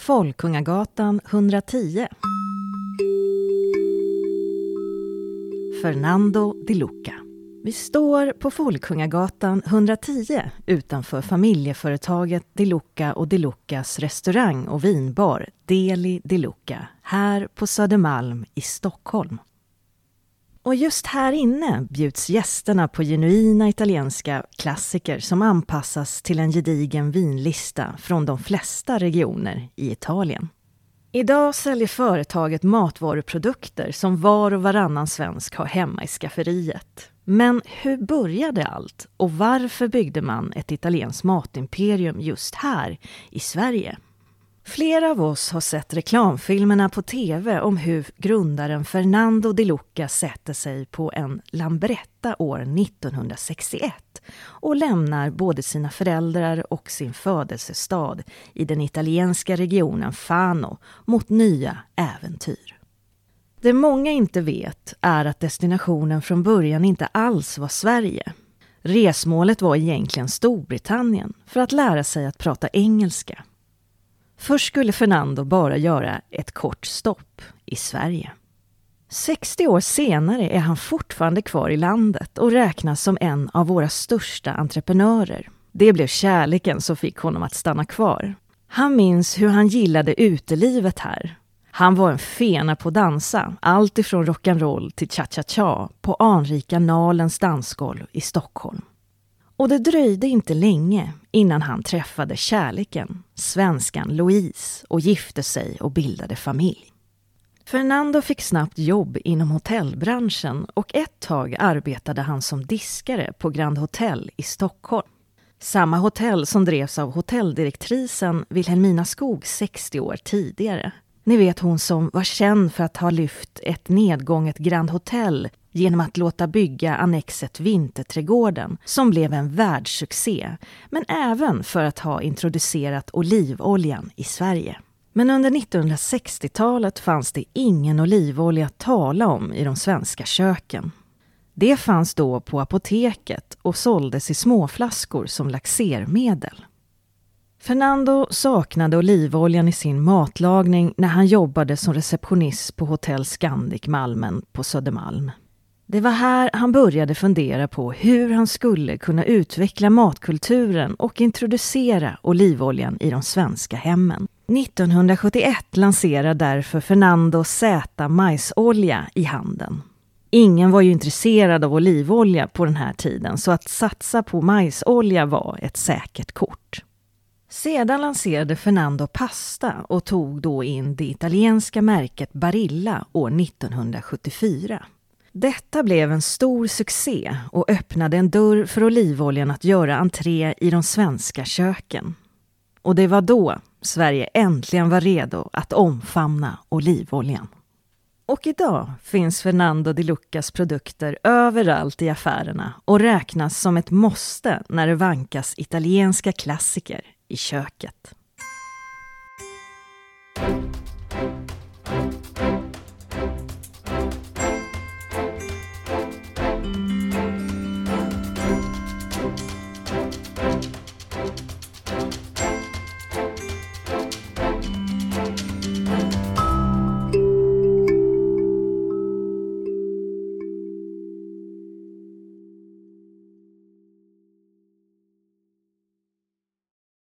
Folkungagatan 110. Fernando Di Luca. Vi står på Folkungagatan 110 utanför familjeföretaget Di Luca och Di Lucas restaurang och vinbar Deli Di Luca här på Södermalm i Stockholm. Och just här inne bjuds gästerna på genuina italienska klassiker som anpassas till en gedigen vinlista från de flesta regioner i Italien. Idag säljer företaget matvaruprodukter som var och varannan svensk har hemma i skafferiet. Men hur började allt och varför byggde man ett italienskt matimperium just här i Sverige? Flera av oss har sett reklamfilmerna på tv om hur grundaren Fernando Di Luca sätter sig på en Lambretta år 1961 och lämnar både sina föräldrar och sin födelsestad i den italienska regionen Fano mot nya äventyr. Det många inte vet är att destinationen från början inte alls var Sverige. Resmålet var egentligen Storbritannien för att lära sig att prata engelska. Först skulle Fernando bara göra ett kort stopp i Sverige. 60 år senare är han fortfarande kvar i landet och räknas som en av våra största entreprenörer. Det blev kärleken som fick honom att stanna kvar. Han minns hur han gillade utelivet här. Han var en fena på att dansa, allt ifrån rock'n'roll till cha-cha-cha på anrika Nalens dansgolv i Stockholm. Och det dröjde inte länge innan han träffade kärleken, svenskan Louise, och gifte sig och bildade familj. Fernando fick snabbt jobb inom hotellbranschen och ett tag arbetade han som diskare på Grand Hotel i Stockholm. Samma hotell som drevs av hotelldirektrisen Wilhelmina Skog 60 år tidigare. Ni vet, hon som var känd för att ha lyft ett nedgånget Grand Hotel genom att låta bygga annexet Vinterträdgården som blev en världssuccé, men även för att ha introducerat olivoljan i Sverige. Men under 1960-talet fanns det ingen olivolja att tala om i de svenska köken. Det fanns då på apoteket och såldes i småflaskor som laxermedel. Fernando saknade olivoljan i sin matlagning när han jobbade som receptionist på Hotell Scandic Malmen på Södermalm. Det var här han började fundera på hur han skulle kunna utveckla matkulturen och introducera olivoljan i de svenska hemmen. 1971 lanserade därför Fernando Z majsolja i handeln. Ingen var ju intresserad av olivolja på den här tiden, så att satsa på majsolja var ett säkert kort. Sedan lanserade Fernando pasta och tog då in det italienska märket Barilla år 1974. Detta blev en stor succé och öppnade en dörr för olivoljan att göra entré i de svenska köken. Och det var då Sverige äntligen var redo att omfamna olivoljan. Och idag finns Fernando Di Lucas produkter överallt i affärerna och räknas som ett måste när det vankas italienska klassiker i köket.